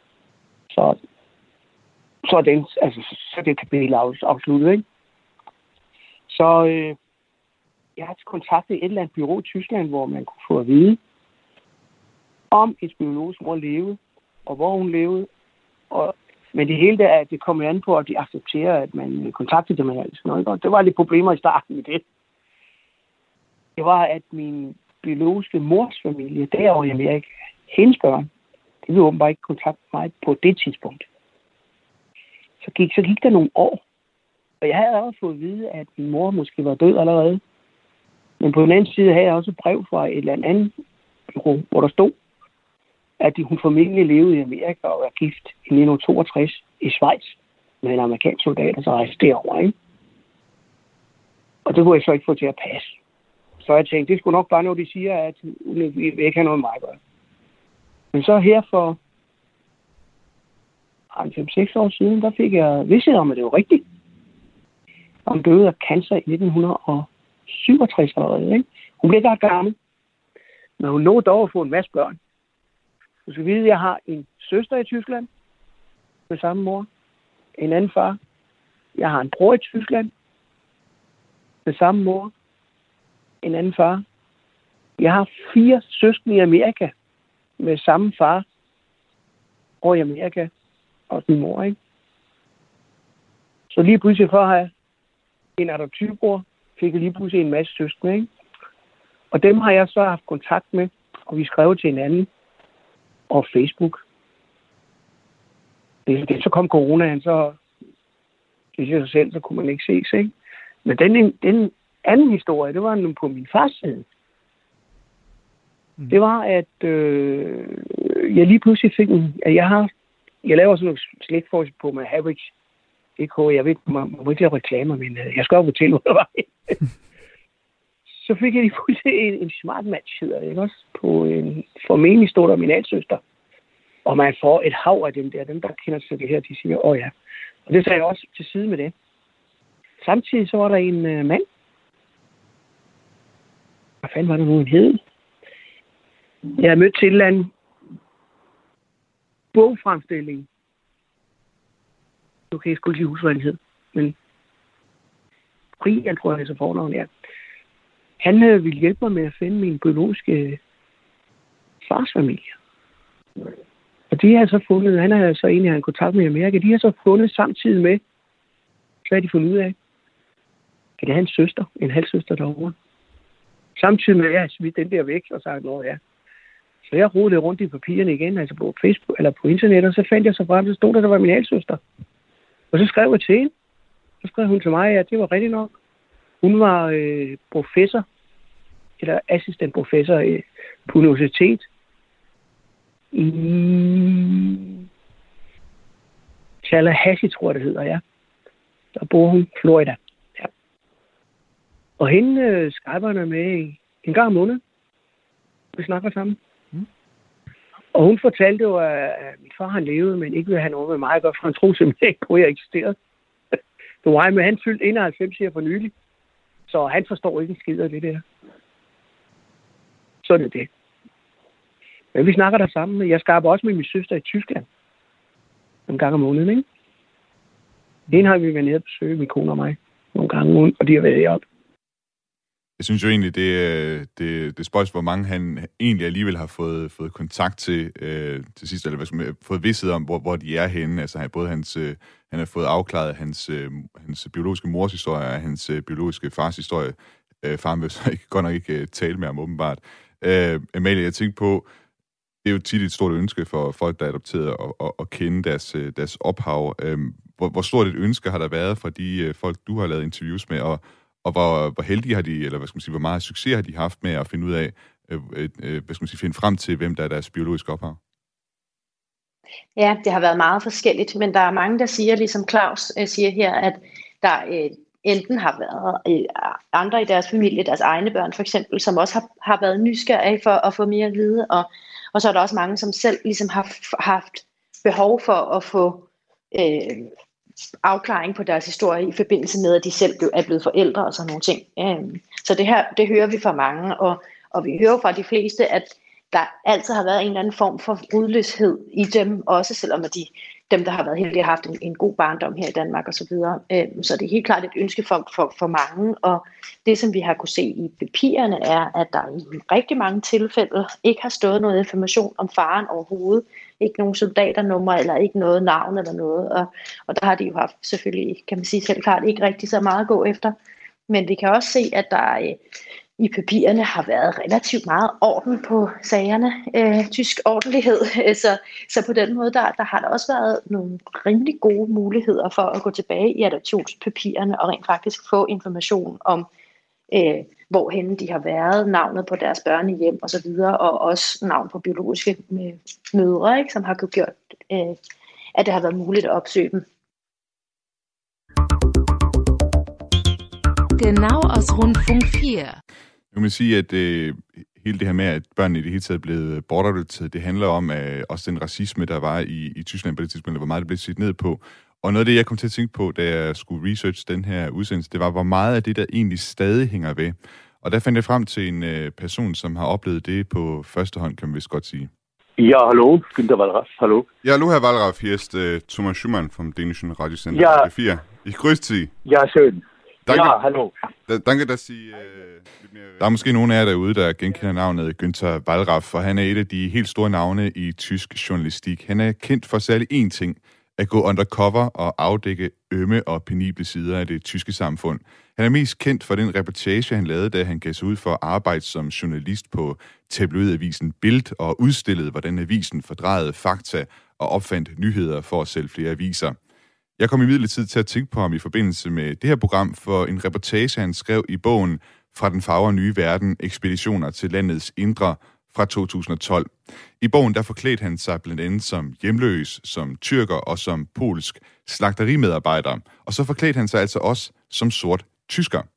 Så det kapitel afsluttet, ikke? Så jeg har kontaktet et eller andet bureau i Tyskland, hvor man kunne få at vide, om et biologisk mor levede, og hvor hun levede. Men det hele der, det kom an på, at de accepterer, at man kontaktede dem. Altså. Det var lidt problemer i starten med det. Det var, at min biologiske mors familie, derovre i Amerika, hendes børn, de ville åbenbart ikke kontakte mig på det tidspunkt. Så gik der nogle år, og jeg havde også fået at vide, at min mor måske var død allerede. Men på den anden side havde jeg også et brev fra et eller andet bureau, hvor der stod, at hun formentlig levede i Amerika og var gift i 1962 i Schweiz med en amerikansk soldat, der så rejste derovre, ikke? Og det kunne jeg så ikke få til at passe. Så jeg tænkte, det skulle nok bare noget, de siger, at vi ikke have noget med mig at gøre. Men så her for 5-6 år siden, der fik jeg vidsthed om, at det var rigtigt. Hun døde af cancer i 1967 allerede, ikke? Hun blev ikke gammel, men hun nåede dog at få en masse børn. Du skal vide, at jeg har en søster i Tyskland med samme mor, en anden far. Jeg har en bror i Tyskland med samme mor, en anden far. Jeg har 4 søskende i Amerika med samme far og i Amerika og min mor, ikke? Så lige pludselig for at have en adoptivbror, fik jeg lige pludselig en masse søskende, ikke? Og dem har jeg så haft kontakt med, og vi skrev til hinanden og Facebook. Så kom coronaen, så det siger sig selv, så kunne man ikke ses, ikke? Men den anden historie, det var på min fars side. Det var, at jeg lige pludselig fik jeg laver sådan noget slægtforskning på med Habrix. Jeg ved, man må ikke lave reklamer, men jeg skal jo fortælle, hvad der var. så fik jeg lige pludselig en smart match, hedder det, ikke også? På en formentlig stor dominatsøster. Og man får et hav af dem der kender til det her, de siger, ja. Og det sagde jeg også til side med det. Samtidig så var der en mand. Hvad fanden var der nu en hed? Jeg havde mødt til et eller andet bogfremstilling. Nu kan jeg sgu ikke lige huske, hvad den hed. Men Brian, tror jeg, det er så fornavn, ja. Han ville hjælpe mig med at finde min biologiske fars familie. Og de har så fundet, han har så egentlig en kontakt med Amerika, de har så fundet samtidig med, så har de fundet ud af, at det er hans søster, en halvsøster derovre. Samtidig med, at jeg har smidt den der væk og sagt, ja. Så jeg rodede rundt i papirerne igen, altså på Facebook eller på internet, og så fandt jeg så frem, så stod der var min halvsøster. Og så skrev jeg til hende. Så skrev hun til mig, at det var rigtigt nok. Hun var professor, eller assistentprofessor på universitet i Tallahassee, tror jeg det hedder, ja. Der bor hun, Florida. Ja. Og hende skyperne med en gang om måneden. Vi snakker sammen. Og hun fortalte jo, at min far han levede, men ikke ville have noget med mig at gøre, for han troede simpelthen ikke på, at jeg eksisterede. Det var med, han fyldte 91 her for nylig. Så han forstår ikke en skid af det der. Så er det det. Men vi snakker der sammen. Jeg skarper også med min søster i Tyskland. En gang om måneden, ikke? En har vi været nede at besøge, min kone og mig. Nogle gange, og de har været heroppe. Jeg synes jo egentlig, det spøjs, hvor mange han egentlig alligevel har fået kontakt til sidst, eller fået vidsthed om, hvor de er henne. Altså både han har fået afklaret hans biologiske mors historie og hans biologiske fars historie. Faren vil så godt nok ikke tale med ham, åbenbart. Amalie, jeg tænkte på, det er jo tit et stort ønske for folk, der er adopteret, at kende deres ophav. Hvor stort et ønske har der været fra de folk, du har lavet interviews med, og hvor heldige har de, eller hvor meget succes har de haft med at finde ud af, finde frem til, hvem der er deres biologiske ophav? Ja, det har været meget forskelligt, men der er mange, der siger, ligesom Claus siger her, at der enten har været andre i deres familie, deres egne børn for eksempel, som også har været nysgerrige for at få mere at vide, og så er der også mange, som selv ligesom har haft behov for at få afklaring på deres historie i forbindelse med, at de selv er blevet forældre og sådan nogle ting. Så det hører vi fra mange, og vi hører fra de fleste, at der altid har været en eller anden form for rodløshed i dem, også selvom at dem, der har været heldige, har haft en god barndom her i Danmark og så videre. Så det er helt klart et ønske for mange, og det, som vi har kunne se i papirerne, er, at der i rigtig mange tilfælde ikke har stået noget information om faren overhovedet. Ikke nogen soldaternummer, eller ikke noget navn eller noget, og der har de jo haft selvfølgelig, kan man sige selv klart, ikke rigtig så meget at gå efter. Men vi kan også se, at der i papirerne har været relativt meget orden på sagerne, tysk ordentlighed, så på den måde, der har der også været nogle rimelig gode muligheder for at gå tilbage i adoptionspapirerne og rent faktisk få information om, hvorhenne de har været, navnet på deres børnehjem og så videre, og også navn på biologiske mødre, ikke, som har gjort, at det har været muligt at opsøge dem. Genau aus Rundfunk 4. Nu må sige, at hele det her med, at børnene i det hele taget er blevet bortadopteret, det handler om også den racisme, der var i Tyskland på det tidspunkt, hvor meget det blev set ned på. Og noget af det, jeg kom til at tænke på, da jeg skulle researche den her udsendelse, det var, hvor meget af det, der egentlig stadig hænger ved. Og der fandt jeg frem til en person, som har oplevet det på første hånd, kan man vist godt sige. Ja, hallo, Günther Wallraff, hallo. Ja, hallo, Herr Wallraff, hier ist Thomas Schumann vom dänischen Radiosender Radio 4. Ich grüße Sie. Ja, schön. Danke, ja, hallo. Danke, dass Sie... Der er måske nogen af jer derude, der genkender navnet Günther Wallraff, for han er et af de helt store navne i tysk journalistik. Han er kendt for særlig én ting, at gå undercover og afdække ømme og penible sider af det tyske samfund. Han er mest kendt for den reportage, han lavede, da han gav sig ud for at arbejde som journalist på tabloidavisen Bild og udstillede, hvordan avisen fordrejede fakta og opfandt nyheder for at sælge flere aviser. Jeg kom imidlertid til at tænke på ham i forbindelse med det her program for en reportage, han skrev i bogen Fra den fagre nye verden, ekspeditioner til landets indre fra 2012. I bogen der forklædte han sig blandt andet som hjemløs, som tyrker og som polsk slagterimedarbejder. Og så forklædte han sig altså også som sort tysker.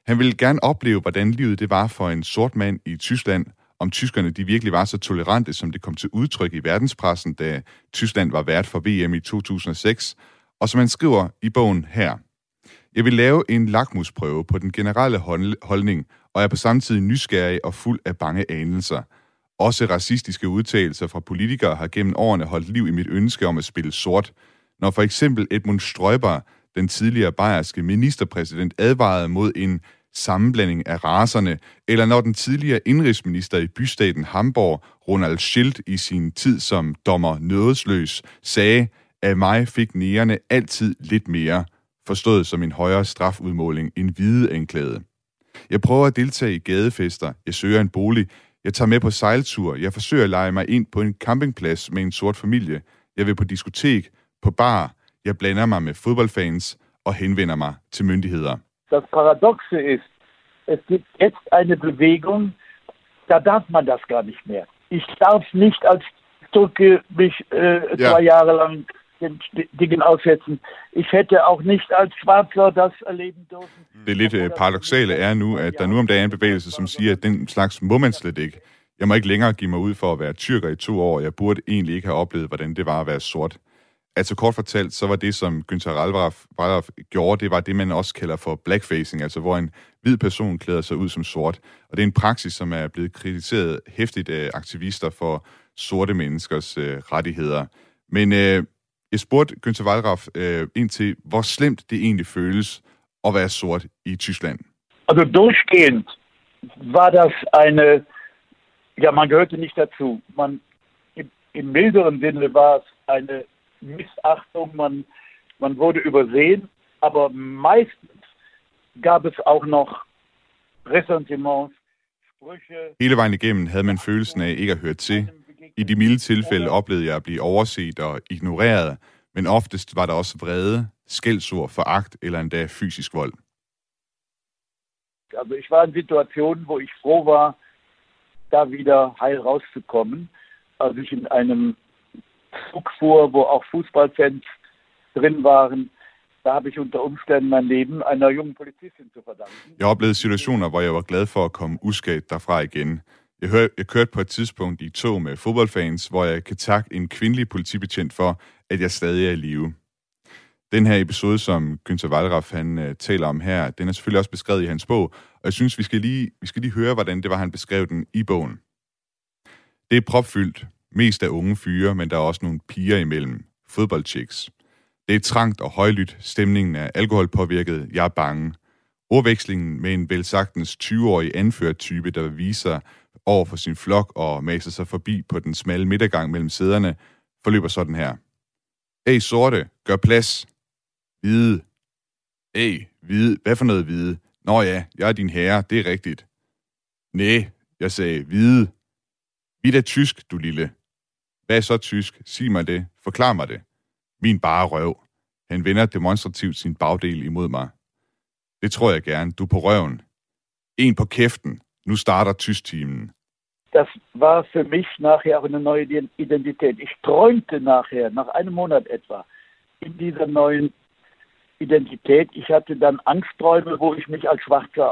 Han ville gerne opleve, hvordan livet det var for en sort mand i Tyskland, om tyskerne de virkelig var så tolerante, som det kom til udtryk i verdenspressen, da Tyskland var vært for VM i 2006, og som han skriver i bogen her. Jeg vil lave en lakmusprøve på den generelle holdning, og er på samme tid nysgerrig og fuld af bange anelser. Også racistiske udtalelser fra politikere har gennem årene holdt liv i mit ønske om at spille sort. Når for eksempel Edmund Stoiber, den tidligere bayerske ministerpræsident, advarede mod en sammenblanding af racerne, eller når den tidligere indrigsminister i bystaten Hamburg, Ronald Schild, i sin tid som dommer nådesløs, sagde, at mig fik negerne altid lidt mere, forstået som en højere strafudmåling end hvide anklagede. Jeg prøver at deltage i gadefester, jeg søger en bolig, jeg tager med på sejltur, jeg forsøger at lege mig ind på en campingplads med en sort familie, jeg vil på diskotek, på bar, jeg blander mig med fodboldfans og henvender mig til myndigheder. Das Paradoxe ist, es gibt jetzt eine Bewegung, da darf man das gar nicht mehr. Ich darf nicht als Türke mich 2 Jahre lang den Dingen aussetzen. Ich hätte auch nicht als Schwarzer das erleben dürfen. Det lidt paradoksale er nu, at der nu om dagen er en bevægelse, som siger, at den slags må man slet ikke. Jeg må ikke længere give mig ud for at være tyrker i 2 år. Jeg burde egentlig ikke have oplevet, hvordan det var at være sort. Altså kort fortalt, så var det, som Günther Wallraff gjorde, det var det, man også kalder for blackfacing, altså hvor en hvid person klæder sig ud som sort. Og det er en praksis, som er blevet kritiseret hæftigt af aktivister for sorte menneskers rettigheder. Men jeg spurgte Günther Wallraff ind til, hvor slemt det egentlig føles at være sort i Tyskland. Also durchgehend war das eine, ja, man gehörte nicht dazu. Im milderen Sinne war es eine Missachtung, man wurde übersehen, aber meistens gab es auch noch Ressentiments, Sprüche. Hele vejen igennem havde man følelsen af ikke at høre til. I de milde tilfælde oplevede jeg at blive overset og ignoreret, men oftest var der også vrede, skældsord, foragt eller endda fysisk vold. Also ich war in Situationen, wo ich froh war, da wieder heil rauszukommen, als ich in einem Zug fuhr, wo auch Fußballfans drin waren. Da habe ich unter Umständen mein Leben einer jungen Polizistin zu verdanken. Jeg oplevede situationer, hvor jeg var glad for at komme uskadt derfra igen. Jeg kørte på et tidspunkt i tog med fodboldfans, hvor jeg kan takke en kvindelig politibetjent for, at jeg stadig er i live. Den her episode, som Günther Wallraff han taler om her, den er selvfølgelig også beskrevet i hans bog, og jeg synes, vi skal lige høre, hvordan det var, han beskrev den i bogen. Det er propfyldt, mest af unge fyre, men der er også nogle piger imellem. Fodboldchicks. Det er trangt og højlydt, stemningen er alkoholpåvirket, jeg er bange. Ordvekslingen med en velsagtens 20-årig anførertype, der viser over for sin flok og maser sig forbi på den smalle midtergang mellem sæderne, forløber sådan her. Hey sorte, gør plads. Hvide. Hey, hvide. Hvad for noget hvide? Nå ja, jeg er din herre, det er rigtigt. Næh, jeg sagde hvide. Vi er da tysk, du lille. Hvad er så tysk? Sig mig det. Forklar mig det. Min bare røv. Han vender demonstrativt sin bagdel imod mig. Det tror jeg gerne. Du er på røven. En på kæften. Nu starter tysktimen. Das war für mich nachher auch eine neue Identität. Ich träumte nachher, nach einem Monat etwa, in dieser neuen Identität. Ich hatte dann Angstträume, wo ich mich als Schwarzer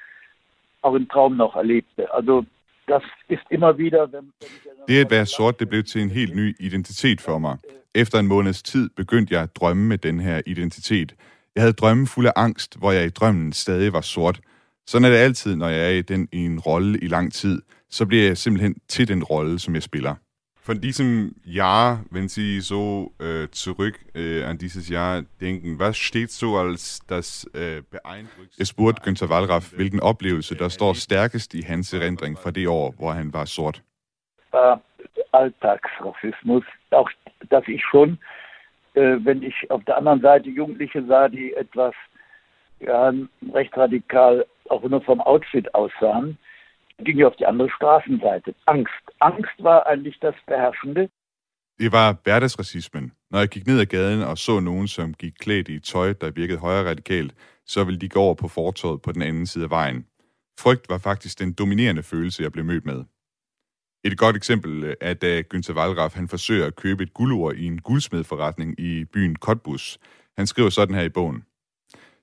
auch im Traum noch erlebte. Also das ist immer wieder... Det at være sort, det blev til en helt ny identitet for mig. Efter en måneds tid begyndte jeg at drømme med den her identitet. Jeg havde drømme fulde af angst, hvor jeg i drømmen stadig var sort. Sådan er det altid, når jeg er i en rolle i lang tid. Så bliver jeg simpelthen til den rolle, som jeg spiller. Von diesem Jahr, wenn Sie so zurück an dieses Jahr denken, was steht so als das beeindruckendste? Jeg spurgte Günther Wallraff, hvilken oplevelse, der står stærkest i hans erindring fra det år, hvor han var sort. Alltagsrassismus, auch dass ich schon, wenn ich auf der anderen Seite Jugendliche sah, die etwas rechtsradikal auch nur vom Outfit aussahen, ging jeg auf die andere Straßenseite. Angst var eigentlich das beherrschende. Det var hverdagsracismen. Når jeg gik ned ad gaden og så nogen, som gik klædt i tøj, der virkede højere radikalt, så ville de gå over på fortovet på den anden side af vejen. Frygt var faktisk den dominerende følelse, jeg blev mødt med. Et godt eksempel er, da Günther Wallraff han forsøger at købe et guldur i en guldsmedforretning i byen Cottbus. Han skriver sådan her i bogen.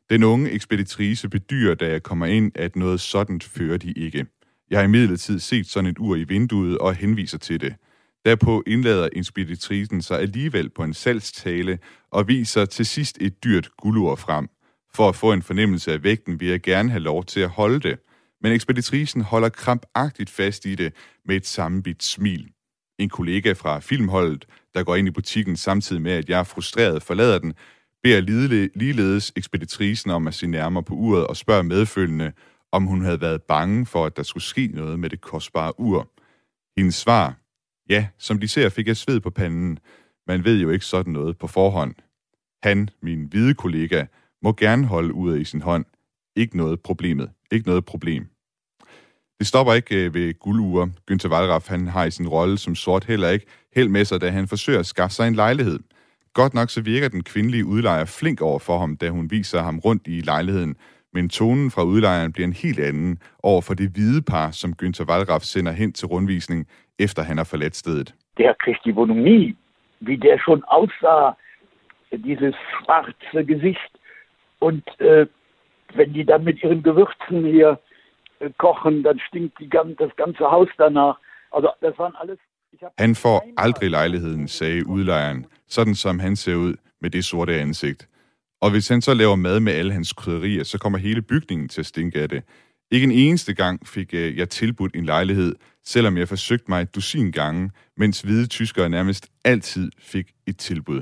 Den unge ekspeditrice bedyrer, da jeg kommer ind, at noget sådan fører de ikke. Jeg har imidlertid set sådan et ur i vinduet og henviser til det. Derpå indlader ekspeditricen sig alligevel på en salgstale og viser til sidst et dyrt guldur frem. For at få en fornemmelse af vægten vil jeg gerne have lov til at holde det. Men ekspeditricen holder krampagtigt fast i det med et sammenbidt smil. En kollega fra filmholdet, der går ind i butikken samtidig med, at jeg er frustreret forlader den, beder ligeledes ekspeditricen om at se nærmere på uret og spørger medfølgende, om hun havde været bange for, at der skulle ske noget med det kostbare ur. Hendes svar: ja, som de ser, fik jeg sved på panden. Man ved jo ikke sådan noget på forhånd. Han, min hvide kollega, må gerne holde uret i sin hånd. Ikke noget problem. Det stopper ikke ved guldure. Günther Wallraff, han har i sin rolle som sort heller ikke held med sig, da han forsøger at skaffe sig en lejlighed. Godt nok så virker den kvindelige udlejer flink over for ham, da hun viser ham rundt i lejligheden. Men tonen fra udlejeren bliver en helt anden over for det hvide par, som Günther Wallraff sender hen til rundvisning, efter han har forladt stedet. Der kriegt die Wohnung nie, wie der schon aussah, dieses schwarze Gesicht. Und wenn die dann mit ihren Gewürzen hier kochen, dann stinkt das ganze Haus danach. Also das waren alles... Han får aldrig lejligheden, sagde udlejeren, sådan som han ser ud med det sorte ansigt. Og hvis han så laver mad med alle hans krydderier, så kommer hele bygningen til at stinke af det. Ikke en eneste gang fik jeg tilbudt en lejlighed, selvom jeg forsøgte mig et dusin gange, mens hvide tyskere nærmest altid fik et tilbud.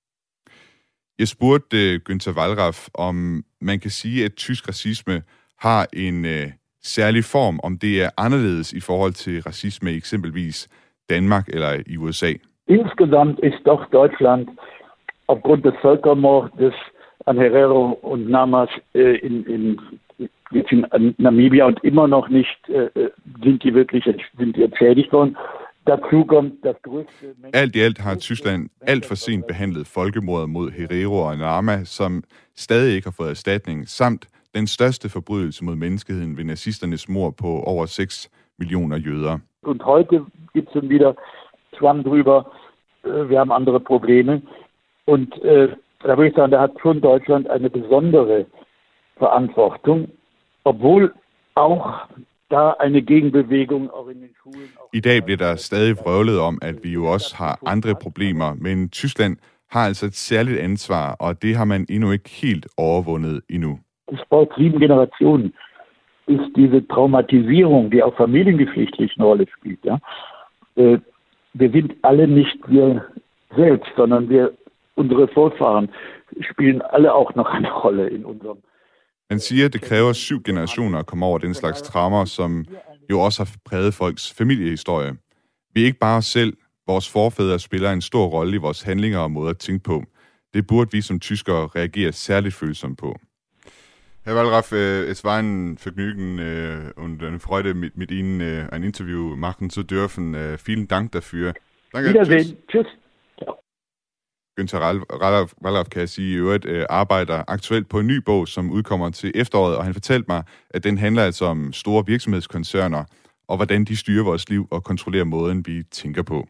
Jeg spurgte Günther Wallraff, om man kan sige, at tysk racisme har en særlig form, om det er anderledes i forhold til racisme i eksempelvis Danmark eller i USA. Insgesamt ist doch Deutschland aufgrund des Völkermordes an Herero und Namas in Namibia und immer noch nicht sind die entschädigt worden. Dazu kommt das größte... Alt i alt har Tyskland alt for sent behandlet folkemordet mod Herero og Nama, som stadig ikke har fået erstatning, samt den største forbrydelse mod menneskeheden ved nazisternes mord på over 6 millioner jøder. Und heute gibt es wieder Schwamm drüber, wir haben andere Probleme. Und da würde ich sagen, da hat schon Deutschland eine besondere Verantwortung, obwohl auch da eine Gegenbewegung auch in den Schulen... I dag bliver der stadig vrøvlet om, at vi jo også har andre problemer, men Tyskland har altså et særligt ansvar, og det har man endnu ikke helt overvundet endnu. Es braucht 7 Generationen, bis diese Traumatisierung, die auch familiengeschichtlich eine Rolle spielt, ja. Wir sind alle nicht wir selbst, sondern unsere Vorfahren spielen alle auch noch eine Rolle in unserem... Man siger, at det kræver 7 generationer at komme over den slags traumer, som jo også har præget folks familiehistorie. Vi er ikke bare os selv. Vores forfædre spiller en stor rolle i vores handlinger og måde at tænke på. Det burde vi som tyskere reagere særligt følsomt på. Herr Wallraff, es war ein Vergnügen und eine Freude, mit Ihnen ein Interview machen zu dürfen. Vielen Dank dafür. Danke. Wiedersehen. Tschüss. Günther Wallraff, kan jeg sige, i øvrigt arbejder aktuelt på en ny bog, som udkommer til efteråret, og han fortalte mig, at den handler altså om store virksomhedskoncerner, og hvordan de styrer vores liv og kontrollerer måden, vi tænker på.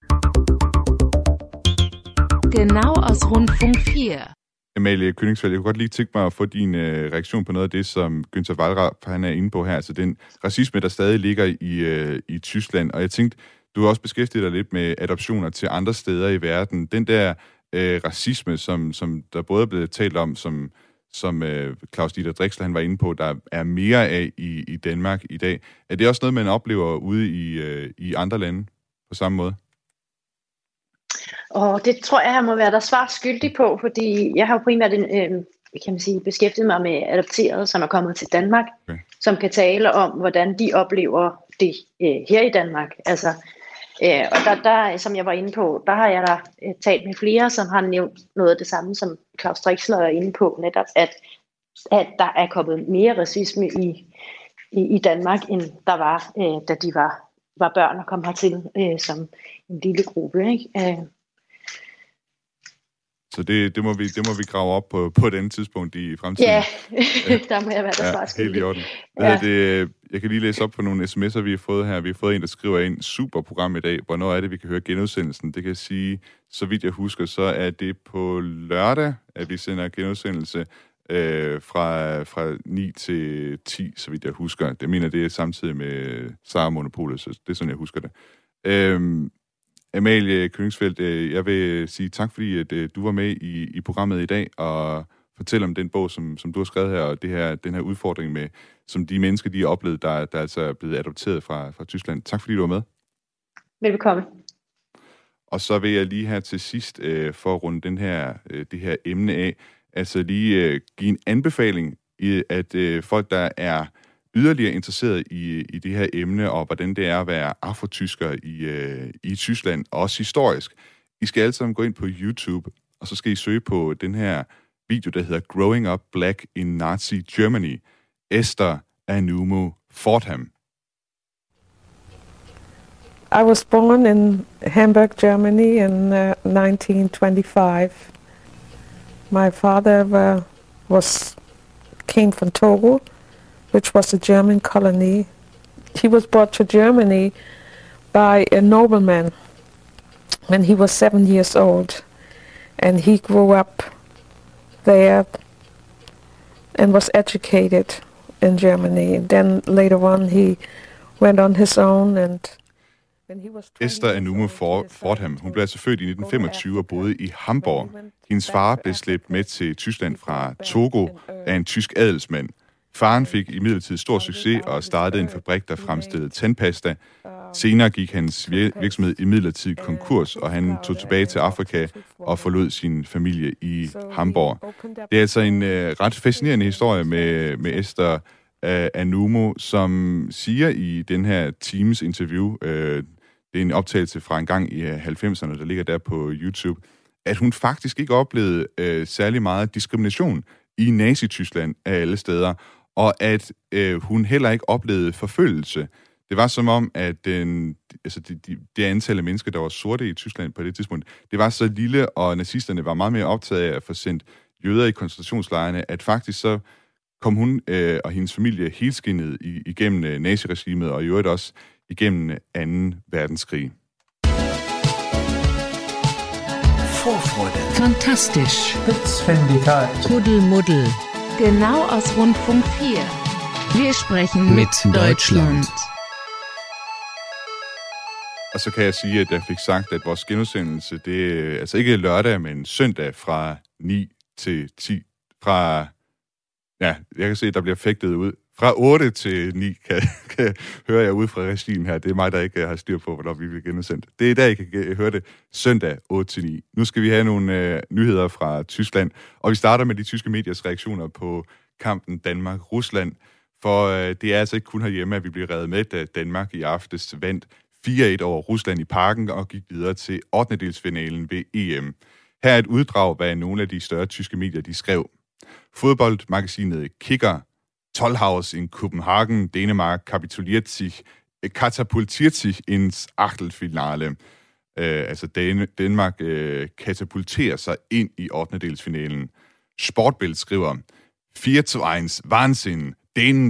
Genau aus Rundfunk 4. Amalie Königsfeldt, jeg kunne godt lige tænke mig at få din reaktion på noget af det, som Günther Wallraff han er inde på her, altså den racisme, der stadig ligger i Tyskland. Og jeg tænkte, du har også beskæftiget dig lidt med adoptioner til andre steder i verden. Den der racisme, som der både er blevet talt om, som Claus-Dieter Drexler han var inde på, der er mere af i Danmark i dag. Er det også noget, man oplever ude i andre lande på samme måde? Og det tror jeg må være der svar skyldig på, fordi jeg har jo primært kan man sige, beskæftiget mig med adopterede, som er kommet til Danmark, som kan tale om, hvordan de oplever det her i Danmark. Altså, og der, som jeg var inde på, der har jeg da talt med flere, som har nævnt noget af det samme, som Claus Drexler er inde på, netop at der er kommet mere racisme i Danmark, end der var, da de var børn og kom hertil som en lille gruppe, ikke? Så det må vi grave op på et andet tidspunkt i fremtiden. Ja, der må jeg være der svar skyldig. Helt i orden. Jeg kan lige læse op på nogle sms'er, vi har fået her. Vi har fået en, der skriver ind, super program i dag. Hvornår er det, vi kan høre genudsendelsen? Det kan jeg sige, så vidt jeg husker, så er det på lørdag, at vi sender genudsendelse. fra 9 til 10, så vidt jeg husker. Jeg mener, det er samtidig med Sara Monopolet, så det er sådan, jeg husker det. Amalie Königsfeldt, jeg vil sige tak, fordi at, du var med i programmet i dag, og fortælle om den bog, som du har skrevet her, og den her udfordring med, som de mennesker, de har oplevet, der altså er blevet adopteret fra Tyskland. Tak, fordi du var med. Velbekomme. Og så vil jeg lige her til sidst, for at runde det her emne af, altså lige give en anbefaling, at folk, der er yderligere interesseret i det her emne, og hvordan det er at være afrotysker i Tyskland, også historisk, I skal alle sammen gå ind på YouTube, og så skal I søge på den her video, der hedder Growing Up Black in Nazi Germany, Esther Anumu Fordham. I was born in Hamburg, Germany in 1925. My father came from Togo, which was a German colony. He was brought to Germany by a nobleman when he was 7 years old, and he grew up there and was educated in Germany. Then later on he went on his own, and Esther Anumu Fordham, hun blev altså født i 1925 og boede i Hamburg. Hendes far blev slæbt med til Tyskland fra Togo af en tysk adelsmand. Faren fik imidlertid stor succes og startede en fabrik, der fremstillede tandpasta. Senere gik hans virksomhed imidlertid konkurs, og han tog tilbage til Afrika og forlod sin familie i Hamburg. Det er altså en ret fascinerende historie med Esther Anumu, som siger i den her Teams interview, det er en optagelse fra en gang i 90'erne, der ligger der på YouTube, at hun faktisk ikke oplevede særlig meget diskrimination i Nazi-Tyskland af alle steder, og at hun heller ikke oplevede forfølgelse. Det var som om, at det antal af mennesker, der var sorte i Tyskland på det tidspunkt, det var så lille, og nazisterne var meget mere optaget af at få sendt jøder i koncentrationslejrene, at faktisk så kom hun og hendes familie helskindet igennem naziregimet, og i øvrigt også igennem 2. verdenskrig. Vorfreude. Fantastisch. Spitzfindigkeit. Kuddelmuddel. Genau aus Rundfunk 4. Wir sprechen mit Deutschland. Og så kan jeg sige, at jeg fik sagt, at vores genudsendelse, det er altså ikke lørdag, men søndag fra 9 til 10. Jeg kan se, at der bliver fægtet ud. Fra 8 til 9 kan høre jeg ud fra regien her. Det er mig, der ikke har styr på, hvornår vi vil genudsende. Det er i dag, I kan høre det søndag 8 til 9. Nu skal vi have nogle nyheder fra Tyskland, og vi starter med de tyske mediers reaktioner på kampen Danmark-Rusland. For det er altså ikke kun herhjemme, at vi bliver revet med, da Danmark i aftes vandt 4-1 over Rusland i Parken og gik videre til 8. ved EM. Her er et uddrag, hvad nogle af de større tyske medier de skrev. Fodboldmagasinet Kicker: Tollhaus in Kopenhagen, Dänemark katapultiert sich ins Achtelfinale. Altså Danmark katapulterer sig ind i 8. Sportbild skriver: 4-1, Wahnsinn, Dänen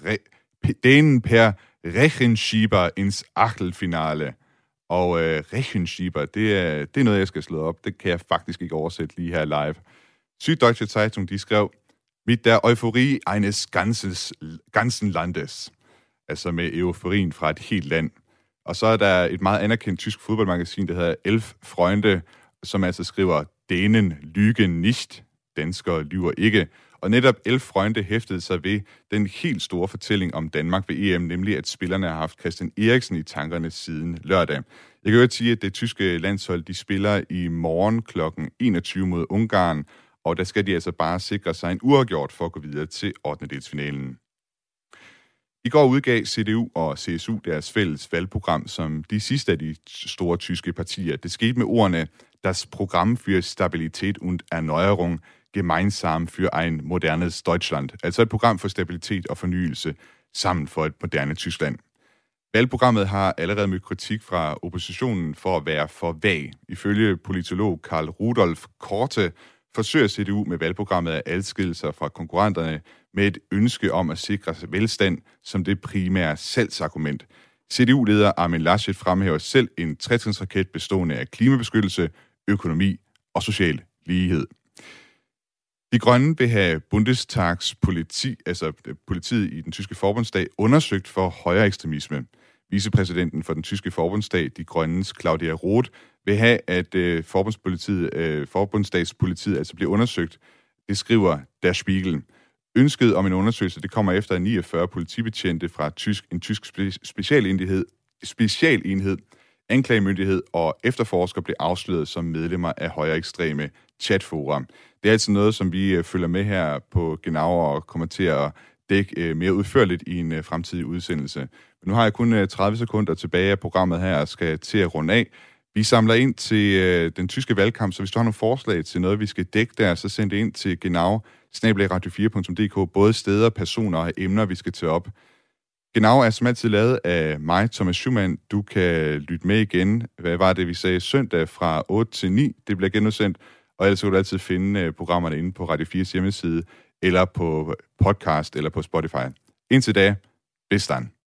per Rechenschieber ins Achtelfinale. Og Rechenschieber, det er noget, jeg skal slå op. Det kan jeg faktisk ikke oversætte lige her live. Süddeutsche Zeitung, de skrev: Mit der Euphorie eines ganzen Landes. Altså med euforien fra et helt land. Og så er der et meget anerkendt tysk fodboldmagasin, der hedder Elf Freunde, som altså skriver: Dänen lügen nicht. Danskere lyver ikke. Og netop Elf Freunde hæftede sig ved den helt store fortælling om Danmark ved EM, nemlig at spillerne har haft Christian Eriksen i tankerne siden lørdag. Jeg kan jo sige, at det tyske landshold, de spiller i morgen kl. 21 mod Ungarn, og der skal de altså bare sikre sig en uafgjort for at gå videre til 8. finalen. I går udgav CDU og CSU deres fælles valgprogram som de sidste af de store tyske partier. Det skete med ordene: Das Programm für Stabilität und Erneuerung, gemeinsam für ein modernes Deutschland. Altså et program for stabilitet og fornyelse sammen for et moderne Tyskland. Valgprogrammet har allerede mødt kritik fra oppositionen for at være for vag. Ifølge politolog Karl Rudolf Korte forsøger CDU med valgprogrammet at adskille sig fra konkurrenterne med et ønske om at sikre velstand som det primære salgsargument. CDU-leder Armin Laschet fremhæver selv en tretrinsraket bestående af klimabeskyttelse, økonomi og social lighed. De Grønne vil have Bundestags politi, altså politiet i den tyske forbundsdag, undersøgt for højere ekstremisme. Vicepræsidenten for den tyske forbundsdag, De Grønnes Claudia Roth, vil have, at forbundsdagspolitiet altså bliver undersøgt. Det skriver Der Spiegel. Ønsket om en undersøgelse, det kommer efter 49 politibetjente fra en tysk specialenhed, anklagemyndighed og efterforsker blev afsløret som medlemmer af højere ekstreme chatforum. Det er altså noget, som vi følger med her på Genau og kommer til at dække mere udførligt i en fremtidig udsendelse. Men nu har jeg kun 30 sekunder tilbage af programmet her og skal til at runde af. Vi samler ind til den tyske valgkamp, så hvis du har nogle forslag til noget, vi skal dække der, så send det ind til genau@radio4.dk, både steder, personer og emner, vi skal tage op. Genau er som altid lavet af mig, Thomas Schumann. Du kan lytte med igen. Hvad var det, vi sagde? Søndag fra 8 til 9. Det bliver genudsendt. Og ellers kan du altid finde programmerne inde på Radio 4's hjemmeside, eller på podcast, eller på Spotify. Indtil da, bis dann.